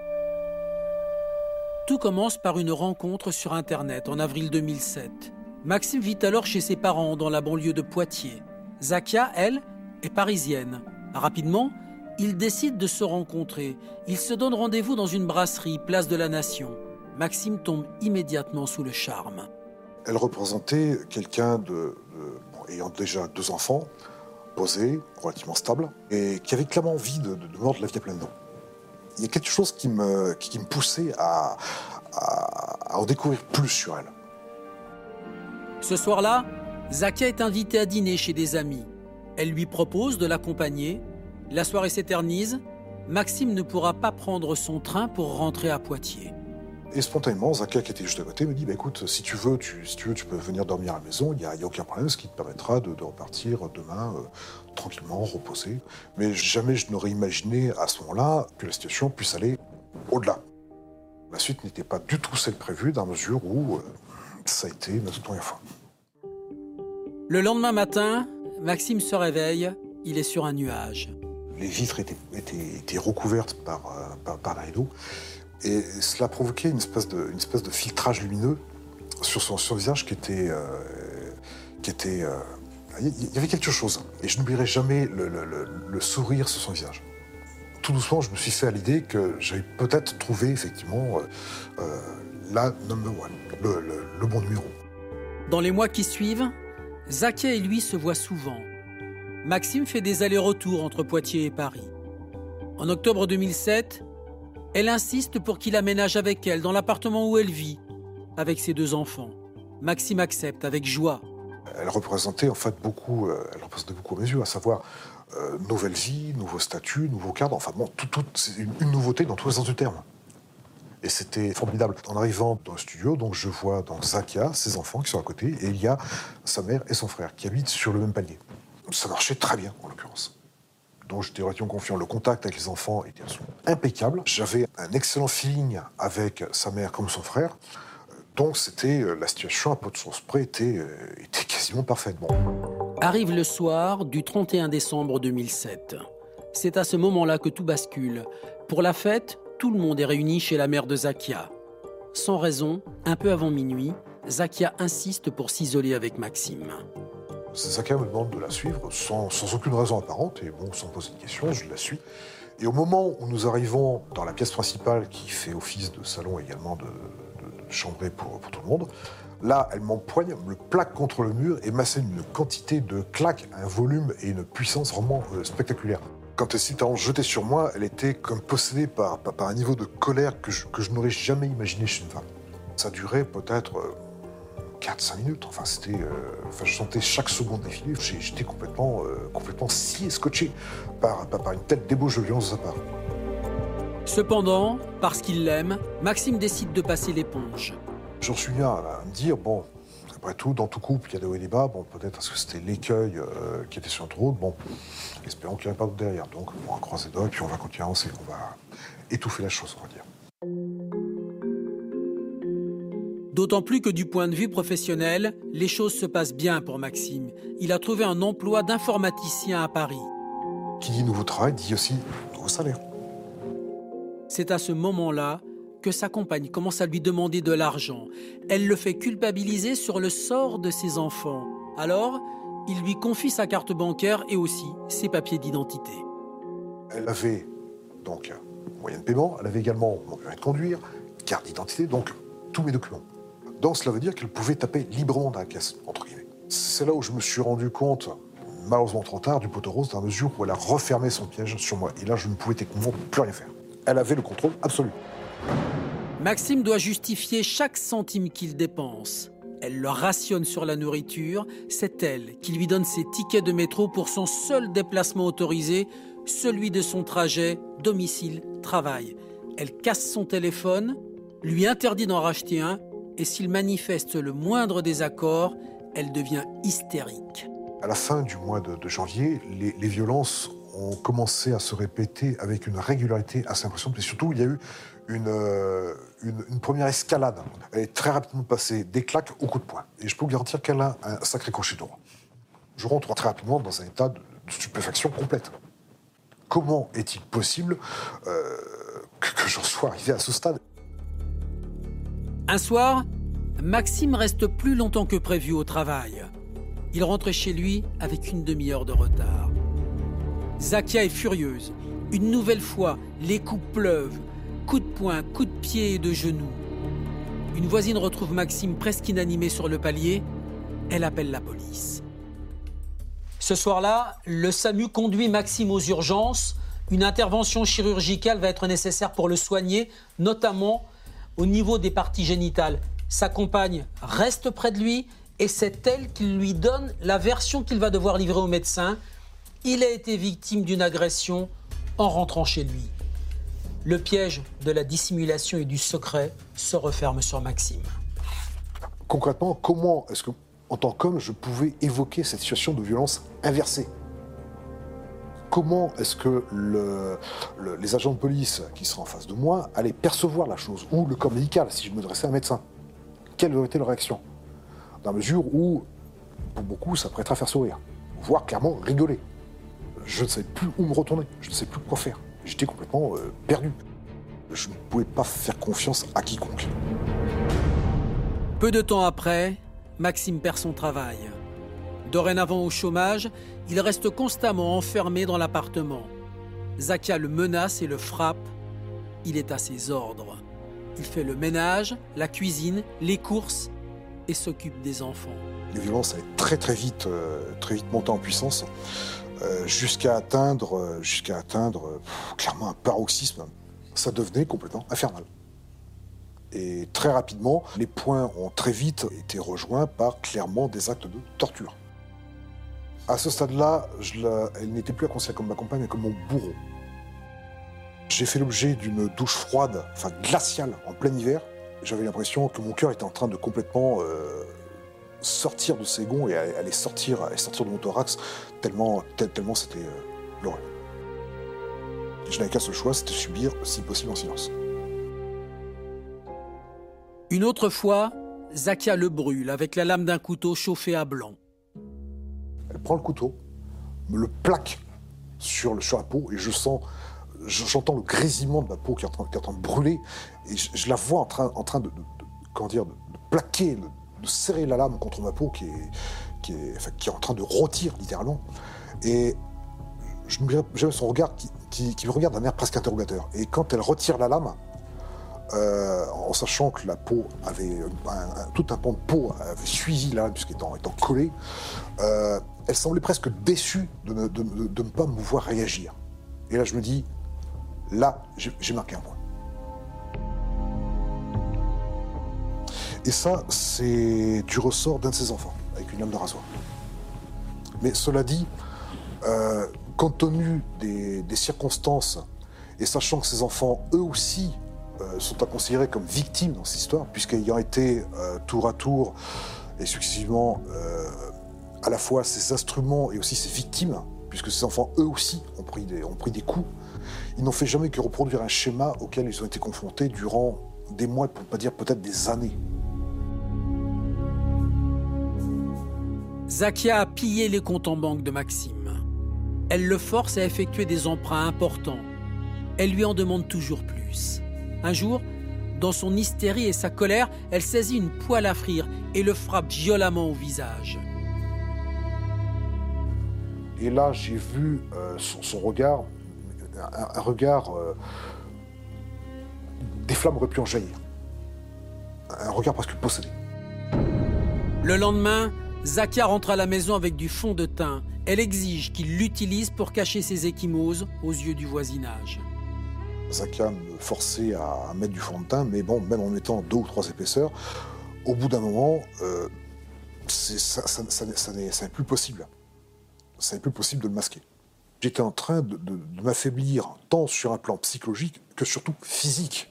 Tout commence par une rencontre sur Internet en avril 2007. Maxime vit alors chez ses parents dans la banlieue de Poitiers. Zakia, elle, est parisienne. Rapidement, ils décident de se rencontrer. Ils se donnent rendez-vous dans une brasserie, place de la Nation. Maxime tombe immédiatement sous le charme. Elle représentait quelqu'un ayant déjà 2 enfants, posé, relativement stable, et qui avait clairement envie de mordre la vie à pleines dents. Il y a quelque chose qui me poussait à en découvrir plus sur elle. Ce soir-là, Zakia est invitée à dîner chez des amis. Elle lui propose de l'accompagner. La soirée s'éternise. Maxime ne pourra pas prendre son train pour rentrer à Poitiers. Et spontanément, Zakia, qui était juste à côté, me dit écoute, si tu veux, tu peux venir dormir à la maison, il n'y a aucun problème, ce qui te permettra de repartir demain tranquillement, reposer. Mais jamais je n'aurais imaginé à ce moment-là que la situation puisse aller au-delà. La suite n'était pas du tout celle prévue, dans la mesure où ça a été notre première fois. Le lendemain matin, Maxime se réveille, il est sur un nuage. Les vitres étaient recouvertes par la rideau. Et cela provoquait une espèce de filtrage lumineux sur son visage qui était... Il y avait quelque chose. Et je n'oublierai jamais le sourire sur son visage. Tout doucement, je me suis fait à l'idée que j'avais peut-être trouvé effectivement la number one, le bon numéro. Dans les mois qui suivent, Zakia et lui se voient souvent. Maxime fait des allers-retours entre Poitiers et Paris. En octobre 2007, elle insiste pour qu'il aménage avec elle dans l'appartement où elle vit, avec ses 2 enfants. Maxime accepte avec joie. Elle représentait en fait beaucoup à mes yeux, à savoir nouvelle vie, nouveau statut, nouveau cadre, enfin bon, c'est une nouveauté dans tous les sens du terme. Et c'était formidable. En arrivant dans le studio, donc je vois donc Zakia, ses enfants qui sont à côté, et il y a sa mère et son frère qui habitent sur le même palier. Ça marchait très bien, en l'occurrence. Donc j'étais relativement confiant. Le contact avec les enfants était impeccable. J'avais un excellent feeling avec sa mère comme son frère. Donc c'était la situation à peu de source près était quasiment parfaite. Bon. Arrive le soir du 31 décembre 2007. C'est à ce moment-là que tout bascule. Pour la fête, tout le monde est réuni chez la mère de Zakia. Sans raison, un peu avant minuit, Zakia insiste pour s'isoler avec Maxime. Zakia me demande de la suivre sans aucune raison apparente, et bon, sans poser de questions, je la suis. Et au moment où nous arrivons dans la pièce principale, qui fait office de salon également de chambrée pour tout le monde, là, elle m'empoigne, me plaque contre le mur et m'assène une quantité de claques, un volume et une puissance vraiment spectaculaire. Quand elle s'est jetée sur moi, elle était comme possédée par un niveau de colère que je n'aurais jamais imaginé chez une femme. Ça durait peut-être 4-5 minutes. Enfin, je sentais chaque seconde défiler. J'étais complètement scié, scotché par une telle débauche de violence de sa part. Cependant, parce qu'il l'aime, Maxime décide de passer l'éponge. J'en suis venu à me dire, bon, après tout, dans tout couple, il y a des hauts et des bas. Bon, peut-être parce que c'était l'écueil qui était sur notre route. Bon, espérons qu'il n'y en ait pas d'autre derrière. Donc, on va croiser les doigts et puis on va continuer à avancer. On va étouffer la chose, on va dire. D'autant plus que du point de vue professionnel, les choses se passent bien pour Maxime. Il a trouvé un emploi d'informaticien à Paris. Qui dit nouveau travail dit aussi nouveau salaire. C'est à ce moment-là que sa compagne commence à lui demander de l'argent. Elle le fait culpabiliser sur le sort de ses enfants. Alors, il lui confie sa carte bancaire et aussi ses papiers d'identité. Elle avait donc un moyen de paiement, elle avait également mon permis de conduire, carte d'identité, donc tous mes documents. Donc cela veut dire qu'elle pouvait taper librement dans la caisse, entre guillemets. C'est là où je me suis rendu compte, malheureusement trop tard, du poteau rose, dans la mesure où elle a refermé son piège sur moi. Et là, je ne pouvais techniquement plus rien faire. Elle avait le contrôle absolu. Maxime doit justifier chaque centime qu'il dépense. Elle le rationne sur la nourriture. C'est elle qui lui donne ses tickets de métro pour son seul déplacement autorisé, celui de son trajet domicile-travail. Elle casse son téléphone, lui interdit d'en racheter un, et s'il manifeste le moindre désaccord, elle devient hystérique. À la fin du mois de janvier, les violences ont commencé à se répéter avec une régularité assez impressionnante. Et surtout, il y a eu une première escalade. Elle est très rapidement passée des claques au coup de poing. Et je peux vous garantir qu'elle a un sacré crochet droit. Je rentre très rapidement dans un état de stupéfaction complète. Comment est-il possible que j'en sois arrivé à ce stade ? Un soir, Maxime reste plus longtemps que prévu au travail. Il rentre chez lui avec une demi-heure de retard. Zakia est furieuse. Une nouvelle fois, les coups pleuvent. Coups de poing, coups de pied et de genoux. Une voisine retrouve Maxime presque inanimé sur le palier. Elle appelle la police. Ce soir-là, le SAMU conduit Maxime aux urgences. Une intervention chirurgicale va être nécessaire pour le soigner, notamment au niveau des parties génitales. Sa compagne reste près de lui et c'est elle qui lui donne la version qu'il va devoir livrer au médecin. Il a été victime d'une agression en rentrant chez lui. Le piège de la dissimulation et du secret se referme sur Maxime. Concrètement, comment est-ce que, en tant qu'homme, je pouvais évoquer cette situation de violence inversée ? Comment est-ce que les agents de police qui seraient en face de moi allaient percevoir la chose ? Ou le corps médical, si je me dressais à un médecin ? Quelle aurait été leur réaction ? Dans la mesure où, pour beaucoup, ça prêterait à faire sourire. Voire clairement rigoler. Je ne savais plus où me retourner. Je ne savais plus quoi faire. J'étais complètement perdu. Je ne pouvais pas faire confiance à quiconque. Peu de temps après, Maxime perd son travail. Dorénavant au chômage, il reste constamment enfermé dans l'appartement. Zakia le menace et le frappe. Il est à ses ordres. Il fait le ménage, la cuisine, les courses et s'occupe des enfants. Les violences allaient très vite monter en puissance, jusqu'à atteindre clairement un paroxysme. Ça devenait complètement infernal. Et très rapidement, les points ont très vite été rejoints par clairement des actes de torture. À ce stade-là, elle n'était plus à considérer comme ma compagne, mais comme mon bourreau. J'ai fait l'objet d'une douche froide, enfin glaciale, en plein hiver. J'avais l'impression que mon cœur était en train de complètement sortir de ses gonds et aller sortir de mon thorax, tellement c'était l'horreur. Je n'avais qu'un seul choix, c'était subir, si possible, en silence. Une autre fois, Zakia le brûle avec la lame d'un couteau chauffé à blanc. Elle prend le couteau, me le plaque sur la peau et j'entends le grésillement de ma peau qui est en train de brûler et je la vois en train de plaquer, de serrer la lame contre ma peau qui est en train de rôtir littéralement. Et j'avais son regard qui me regarde d'un air presque interrogateur. Et quand elle retire la lame, en sachant que la peau avait tout un pan de peau avait suivi la lame puisqu'étant collée, elle semblait presque déçue de ne pas me voir réagir. Et là je me dis, là j'ai marqué un point. Et ça, c'est du ressort d'un de ses enfants, avec une lame de rasoir. Mais cela dit, compte tenu des circonstances, et sachant que ces enfants, eux aussi, sont à considérer comme victimes dans cette histoire, puisqu'ayant été tour à tour et successivement à la fois ces instruments et aussi ces victimes, puisque ces enfants, eux aussi, ont pris des coups, ils n'ont fait jamais que reproduire un schéma auquel ils ont été confrontés durant des mois, pour ne pas dire peut-être des années. Zakia a pillé les comptes en banque de Maxime. Elle le force à effectuer des emprunts importants. Elle lui en demande toujours plus. Un jour, dans son hystérie et sa colère, elle saisit une poêle à frire et le frappe violemment au visage. Et là, j'ai vu son regard, un regard... des flammes auraient pu en jaillir. Un regard presque possédé. Le lendemain, Zakia rentre à la maison avec du fond de teint. Elle exige qu'il l'utilise pour cacher ses ecchymoses aux yeux du voisinage. Zakia me forçait à mettre du fond de teint, mais bon, même en mettant 2 ou 3 épaisseurs, au bout d'un moment, ça n'est plus possible. Ça n'est plus possible de le masquer. J'étais en train de m'affaiblir tant sur un plan psychologique que surtout physique.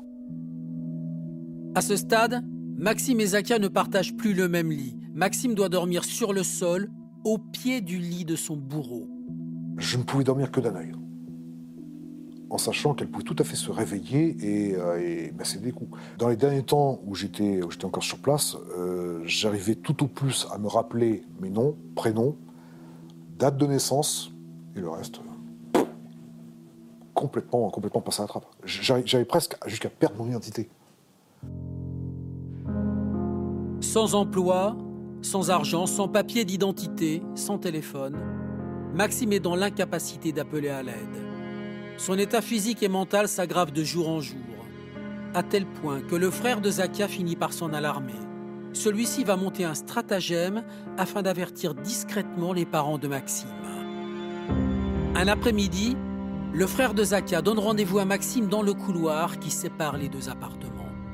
À ce stade, Maxime et Zakia ne partagent plus le même lit. Maxime doit dormir sur le sol, au pied du lit de son bourreau. Je ne pouvais dormir que d'un œil, en sachant qu'elle pouvait tout à fait se réveiller et masser des coups. Dans les derniers temps où j'étais encore sur place, j'arrivais tout au plus à me rappeler mes noms, prénoms, date de naissance, et le reste, complètement passé à la trappe. J'avais presque jusqu'à perdre mon identité. Sans emploi, sans argent, sans papier d'identité, sans téléphone, Maxime est dans l'incapacité d'appeler à l'aide. Son état physique et mental s'aggrave de jour en jour, à tel point que le frère de Zakia finit par s'en alarmer. Celui-ci va monter un stratagème afin d'avertir discrètement les parents de Maxime. Un après-midi, le frère de Zakia donne rendez-vous à Maxime dans le couloir qui sépare les 2 appartements.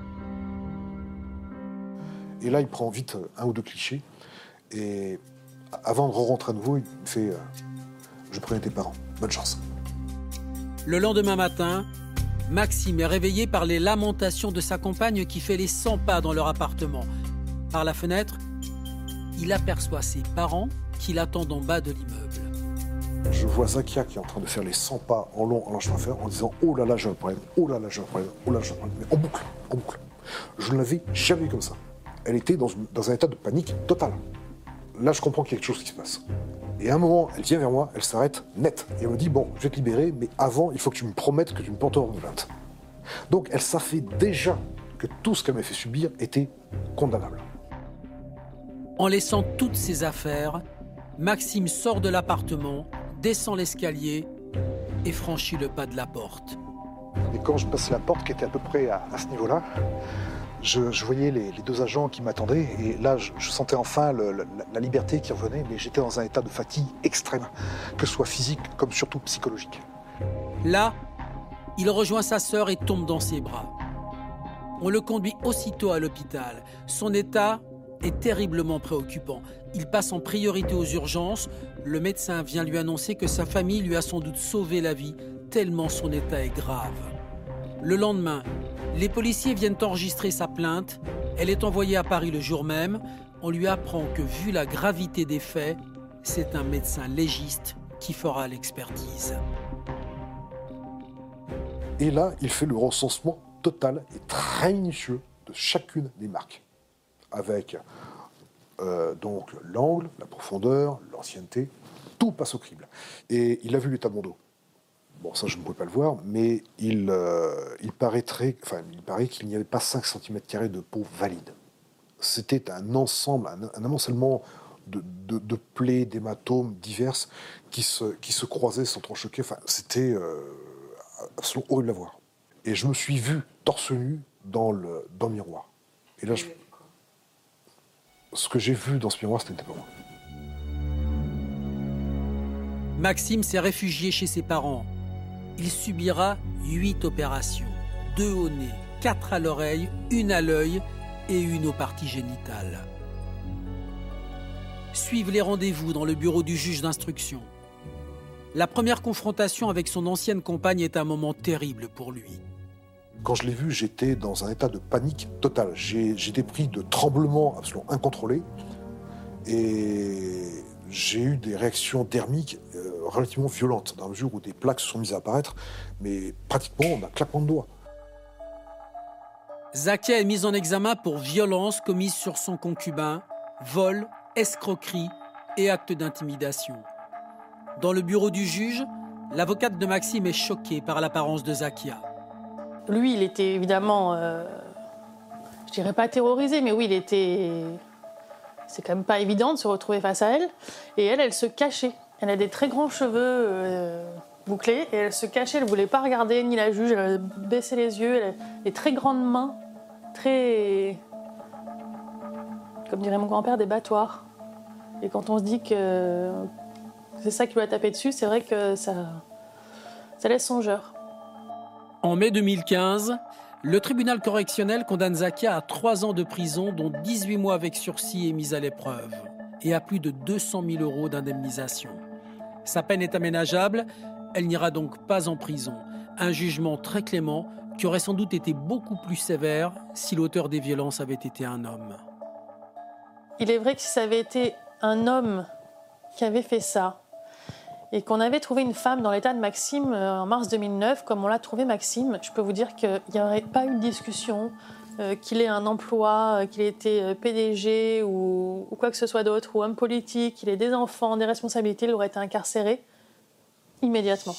Et là, il prend vite 1 ou 2 clichés. Et avant de rentrer à nouveau, il me fait je préviens tes parents. Bonne chance. Le lendemain matin, Maxime est réveillé par les lamentations de sa compagne qui fait les 100 pas dans leur appartement. Par la fenêtre, il aperçoit ses parents qui l'attendent en bas de l'immeuble. Je vois Zakia qui est en train de faire les 100 pas en long, en large, en fer, en disant « Oh là là, j'ai un problème, oh là là, j'ai un problème, oh là là, j'ai un problème ». Mais en boucle, en boucle. Je ne l'avais jamais vu comme ça. Elle était dans un état de panique totale. Là, je comprends qu'il y a quelque chose qui se passe. Et à un moment, elle vient vers moi, elle s'arrête net. Et elle me dit « Bon, je vais te libérer, mais avant, il faut que tu me promettes que tu me porteras une plainte. » Donc, elle savait déjà que tout ce qu'elle m'a fait subir était condamnable. En laissant toutes ses affaires, Maxime sort de l'appartement, descend l'escalier et franchit le pas de la porte. Et quand je passais la porte, qui était à peu près à ce niveau-là, je voyais les 2 agents qui m'attendaient. Et là, je sentais enfin la liberté qui revenait, mais j'étais dans un état de fatigue extrême, que ce soit physique comme surtout psychologique. Là, il rejoint sa sœur et tombe dans ses bras. On le conduit aussitôt à l'hôpital. Son état est terriblement préoccupant. Il passe en priorité aux urgences. Le médecin vient lui annoncer que sa famille lui a sans doute sauvé la vie tellement son état est grave. Le lendemain, les policiers viennent enregistrer sa plainte. Elle est envoyée à Paris le jour même. On lui apprend que, vu la gravité des faits, c'est un médecin légiste qui fera l'expertise. Et là, il fait le recensement total et très minutieux de chacune des marques, avec donc l'angle, la profondeur, l'ancienneté, tout passe au crible. Et il a vu l'état de mon dos. Bon, ça, je ne pouvais pas le voir, mais il paraît qu'il n'y avait pas 5 cm² de peau valide. C'était un ensemble, un amoncellement de plaies, d'hématomes diverses qui se croisaient, s'entrechoquaient. Enfin, c'était absolument horrible à voir. Et je me suis vu torse nu dans le miroir. Et là, ce que j'ai vu dans ce miroir, c'était pas moi. Maxime s'est réfugié chez ses parents. Il subira 8 opérations, 2 au nez, 4 à l'oreille, 1 à l'œil et 1 aux parties génitales. Suivent les rendez-vous dans le bureau du juge d'instruction. La première confrontation avec son ancienne compagne est un moment terrible pour lui. Quand je l'ai vu, j'étais dans un état de panique totale. J'étais pris de tremblements absolument incontrôlés et j'ai eu des réactions thermiques relativement violentes, dans la mesure où des plaques se sont mises à apparaître, mais pratiquement en un claquement de doigts. Zakia est mise en examen pour violence commise sur son concubin, vol, escroquerie et acte d'intimidation. Dans le bureau du juge, l'avocate de Maxime est choquée par l'apparence de Zakia. Lui, il était évidemment, je dirais pas terrorisé, mais oui, il était... C'est quand même pas évident de se retrouver face à elle. Et elle se cachait. Elle a des très grands cheveux bouclés et elle se cachait. Elle ne voulait pas regarder ni la juge. Elle baissait les yeux. Elle a des très grandes mains, très... Comme dirait mon grand-père, des battoirs. Et quand on se dit que c'est ça qui lui a tapé dessus, c'est vrai que ça laisse songeur. En mai 2015, le tribunal correctionnel condamne Zakia à 3 ans de prison, dont 18 mois avec sursis et mise à l'épreuve, et à plus de 200 000 € d'indemnisation. Sa peine est aménageable, elle n'ira donc pas en prison. Un jugement très clément qui aurait sans doute été beaucoup plus sévère si l'auteur des violences avait été un homme. Il est vrai que si ça avait été un homme qui avait fait ça, et qu'on avait trouvé une femme dans l'état de Maxime en mars 2009, comme on l'a trouvé Maxime, je peux vous dire qu'il n'y aurait pas eu de discussion, qu'il ait un emploi, qu'il ait été PDG ou quoi que ce soit d'autre, ou homme politique, qu'il ait des enfants, des responsabilités, il aurait été incarcéré immédiatement.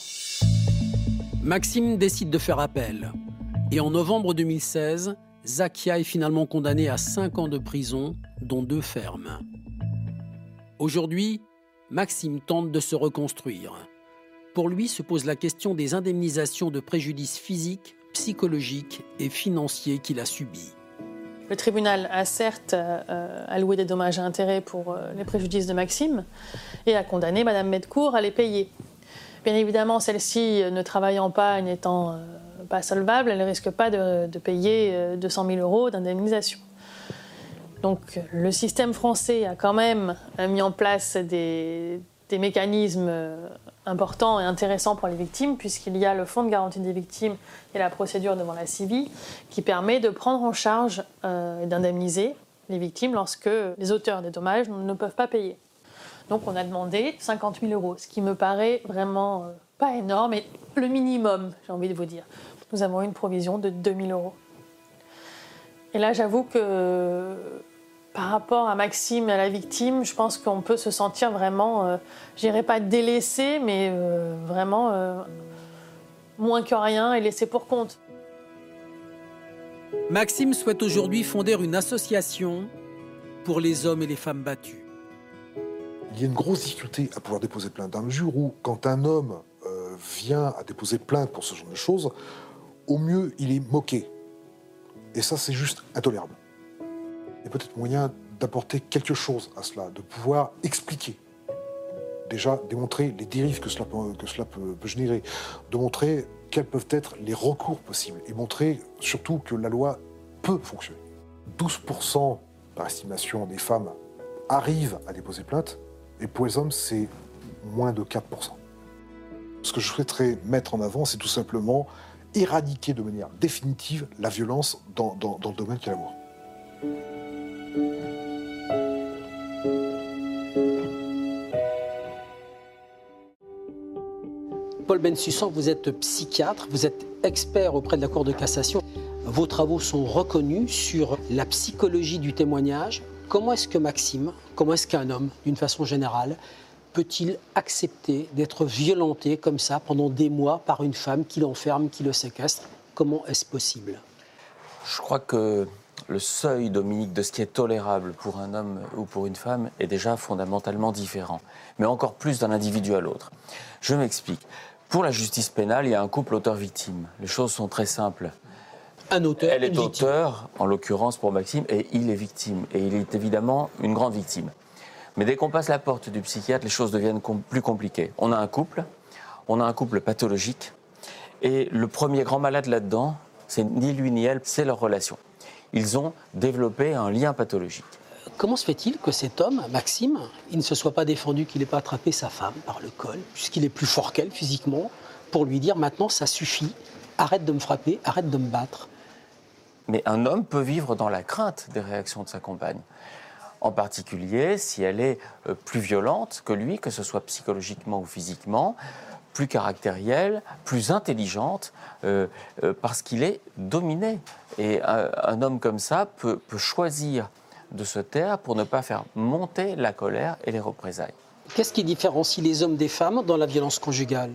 Maxime décide de faire appel. Et en novembre 2016, Zakia est finalement condamnée à 5 ans de prison, dont 2 fermes. Aujourd'hui, Maxime tente de se reconstruire. Pour lui se pose la question des indemnisations de préjudices physiques, psychologiques et financiers qu'il a subis. Le tribunal a certes alloué des dommages et intérêts pour les préjudices de Maxime et a condamné Mme Medcourt à les payer. Bien évidemment, celle-ci, ne travaillant pas et n'étant pas solvable, elle ne risque pas de payer 200 000 € d'indemnisation. Donc le système français a quand même mis en place des mécanismes importants et intéressants pour les victimes, puisqu'il y a le fonds de garantie des victimes et la procédure devant la CIVI qui permet de prendre en charge et d'indemniser les victimes lorsque les auteurs des dommages ne peuvent pas payer. Donc on a demandé 50 000 €, ce qui me paraît vraiment pas énorme, mais le minimum, j'ai envie de vous dire. Nous avons eu une provision de 2 000 €. Et là, j'avoue que par rapport à Maxime et à la victime, je pense qu'on peut se sentir vraiment, je dirais pas délaissé, mais vraiment moins que rien et laissé pour compte. Maxime souhaite aujourd'hui fonder une association pour les hommes et les femmes battus. Il y a une grosse difficulté à pouvoir déposer plainte, dans la mesure où, quand un homme vient à déposer plainte pour ce genre de choses, au mieux, il est moqué. Et ça, c'est juste intolérable. Il y a peut-être moyen d'apporter quelque chose à cela, de pouvoir expliquer. Déjà, démontrer les dérives que cela peut générer, de montrer quels peuvent être les recours possibles, et montrer surtout que la loi peut fonctionner. 12% par estimation des femmes arrivent à déposer plainte, et pour les hommes, c'est moins de 4%. Ce que je souhaiterais mettre en avant, c'est tout simplement éradiquer de manière définitive la violence dans le domaine qu'est l'amour. Paul Bensussan, vous êtes psychiatre, vous êtes expert auprès de la Cour de cassation. Vos travaux sont reconnus sur la psychologie du témoignage. Comment est-ce que Maxime, comment est-ce qu'un homme, d'une façon générale, peut-il accepter d'être violenté comme ça pendant des mois par une femme qui l'enferme, qui le séquestre? Comment est-ce possible? Je crois que le seuil, Dominique, de ce qui est tolérable pour un homme ou pour une femme est déjà fondamentalement différent, mais encore plus d'un individu à l'autre. Je m'explique. Pour la justice pénale, il y a un couple auteur-victime. Les choses sont très simples. Un auteur, elle est auteur, en l'occurrence pour Maxime, et il est victime. Et il est évidemment une grande victime. Mais dès qu'on passe la porte du psychiatre, les choses deviennent plus compliquées. On a un couple pathologique, et le premier grand malade là-dedans, c'est ni lui ni elle, c'est leur relation. Ils ont développé un lien pathologique. Comment se fait-il que cet homme, Maxime, il ne se soit pas défendu, qu'il n'ait pas attrapé sa femme par le col, puisqu'il est plus fort qu'elle physiquement, pour lui dire maintenant ça suffit, arrête de me frapper, arrête de me battre? Mais un homme peut vivre dans la crainte des réactions de sa compagne. En particulier si elle est plus violente que lui, que ce soit psychologiquement ou physiquement, plus caractérielle, plus intelligente, parce qu'il est dominé. Et un homme comme ça peut choisir de se taire pour ne pas faire monter la colère et les représailles. Qu'est-ce qui différencie les hommes des femmes dans la violence conjugale?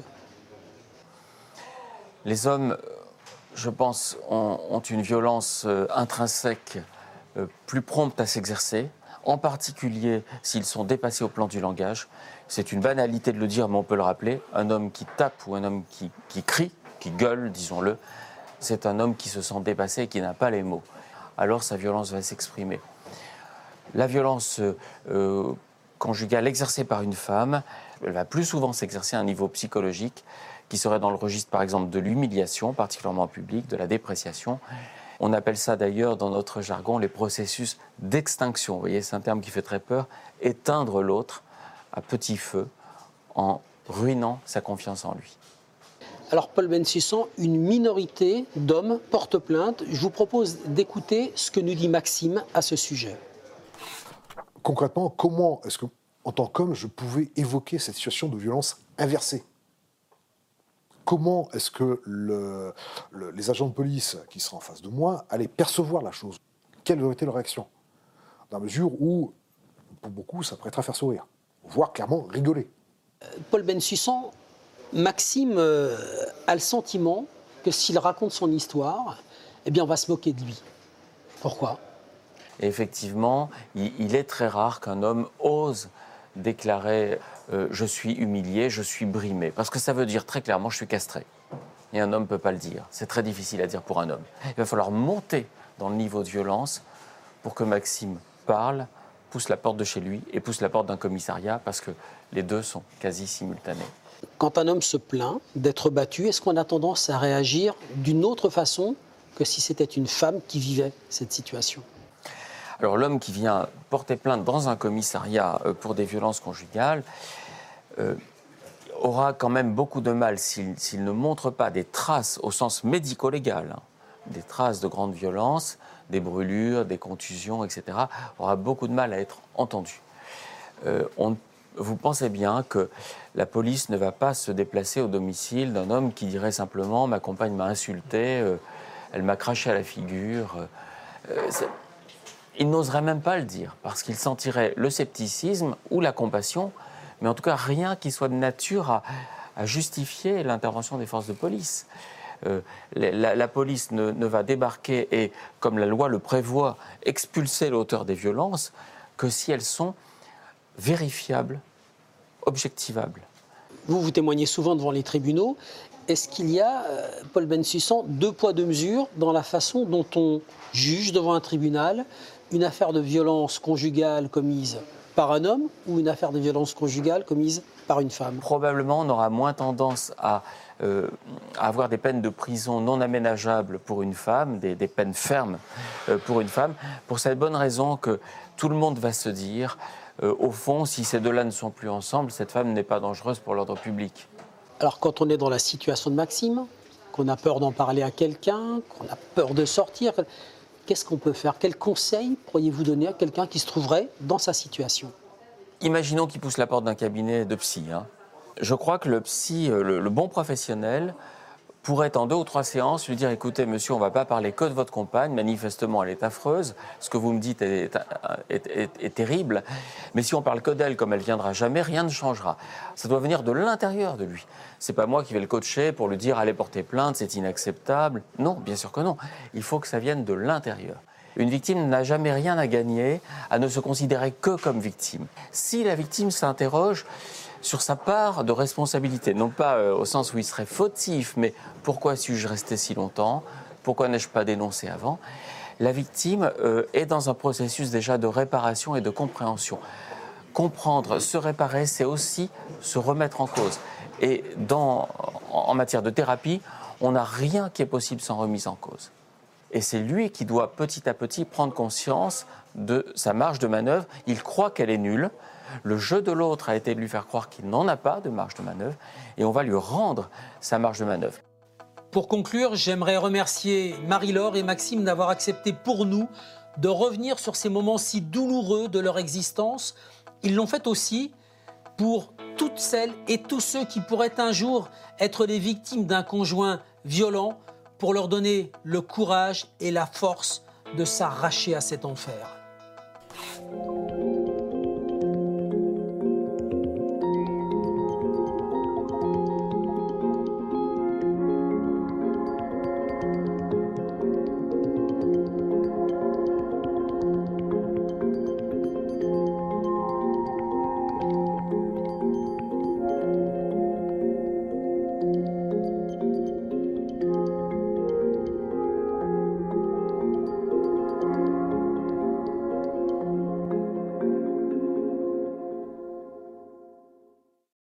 Les hommes, je pense, ont une violence intrinsèque plus prompte à s'exercer, en particulier s'ils sont dépassés au plan du langage. C'est une banalité de le dire, mais on peut le rappeler. Un homme qui tape ou un homme qui crie, qui gueule, disons-le, c'est un homme qui se sent dépassé et qui n'a pas les mots. Alors sa violence va s'exprimer. La violence conjugale exercée par une femme, elle va plus souvent s'exercer à un niveau psychologique, qui serait dans le registre, par exemple, de l'humiliation, particulièrement en public, de la dépréciation. On appelle ça d'ailleurs, dans notre jargon, les processus d'extinction. Vous voyez, c'est un terme qui fait très peur. Éteindre l'autre à petit feu en ruinant sa confiance en lui. Alors, Paul Bensussan, une minorité d'hommes porte plainte. Je vous propose d'écouter ce que nous dit Maxime à ce sujet. Concrètement, comment est-ce que, en tant qu'homme, je pouvais évoquer cette situation de violence inversée? Comment est-ce que les agents de police qui seraient en face de moi allaient percevoir la chose? Quelle aurait été leur réaction? Dans la mesure où, pour beaucoup, ça prêterait à faire sourire, voire clairement rigoler. Paul Bensussan, Maxime a le sentiment que s'il raconte son histoire, eh bien on va se moquer de lui. Pourquoi? Et effectivement, il est très rare qu'un homme ose déclarer je suis humilié, je suis brimé. Parce que ça veut dire très clairement je suis castré. Et un homme ne peut pas le dire. C'est très difficile à dire pour un homme. Il va falloir monter dans le niveau de violence pour que Maxime parle, pousse la porte de chez lui et pousse la porte d'un commissariat, parce que les deux sont quasi simultanés. Quand un homme se plaint d'être battu, est-ce qu'on a tendance à réagir d'une autre façon que si c'était une femme qui vivait cette situation? Alors l'homme qui vient porter plainte dans un commissariat pour des violences conjugales aura quand même beaucoup de mal, s'il ne montre pas des traces au sens médico-légal, des traces de grande violence, des brûlures, des contusions, etc., aura beaucoup de mal à être entendu. Vous pensez bien que la police ne va pas se déplacer au domicile d'un homme qui dirait simplement « ma compagne m'a insulté, elle m'a craché à la figure ». Il n'oserait même pas le dire, parce qu'il sentirait le scepticisme ou la compassion, mais en tout cas rien qui soit de nature à justifier l'intervention des forces de police. La police ne va débarquer et, comme la loi le prévoit, expulser l'auteur des violences que si elles sont vérifiables, objectivables. Vous témoignez souvent devant les tribunaux. Est-ce qu'il y a, Paul Bensussan, deux poids, deux mesures dans la façon dont on juge devant un tribunal une affaire de violence conjugale commise par un homme ou une affaire de violence conjugale commise par une femme? Probablement, on aura moins tendance à avoir des peines de prison non aménageables pour une femme, des peines fermes pour une femme, pour cette bonne raison que tout le monde va se dire, au fond, si ces deux-là ne sont plus ensemble, cette femme n'est pas dangereuse pour l'ordre public. Alors quand on est dans la situation de Maxime, qu'on a peur d'en parler à quelqu'un, qu'on a peur de sortir, qu'est-ce qu'on peut faire? Quels conseils pourriez-vous donner à quelqu'un qui se trouverait dans sa situation? Imaginons qu'il pousse la porte d'un cabinet de psy. Je crois que le psy, le bon professionnel, pourrait en 2 ou 3 séances lui dire « Écoutez, monsieur, on ne va pas parler que de votre compagne, manifestement elle est affreuse, ce que vous me dites est terrible, mais si on parle que d'elle comme elle viendra jamais, rien ne changera. » Ça doit venir de l'intérieur de lui. C'est pas moi qui vais le coacher pour lui dire « Allez porter plainte, c'est inacceptable. » Non, bien sûr que non. Il faut que ça vienne de l'intérieur. Une victime n'a jamais rien à gagner à ne se considérer que comme victime. Si la victime s'interroge sur sa part de responsabilité, non pas au sens où il serait fautif, mais pourquoi suis-je resté si longtemps? Pourquoi n'ai-je pas dénoncé avant? La victime est dans un processus déjà de réparation et de compréhension. Comprendre, se réparer, c'est aussi se remettre en cause. Et en matière de thérapie, on n'a rien qui est possible sans remise en cause. Et c'est lui qui doit petit à petit prendre conscience de sa marge de manœuvre. Il croit qu'elle est nulle. Le jeu de l'autre a été de lui faire croire qu'il n'en a pas de marge de manœuvre et on va lui rendre sa marge de manœuvre. Pour conclure, j'aimerais remercier Marie-Laure et Maxime d'avoir accepté pour nous de revenir sur ces moments si douloureux de leur existence. Ils l'ont fait aussi pour toutes celles et tous ceux qui pourraient un jour être les victimes d'un conjoint violent, pour leur donner le courage et la force de s'arracher à cet enfer.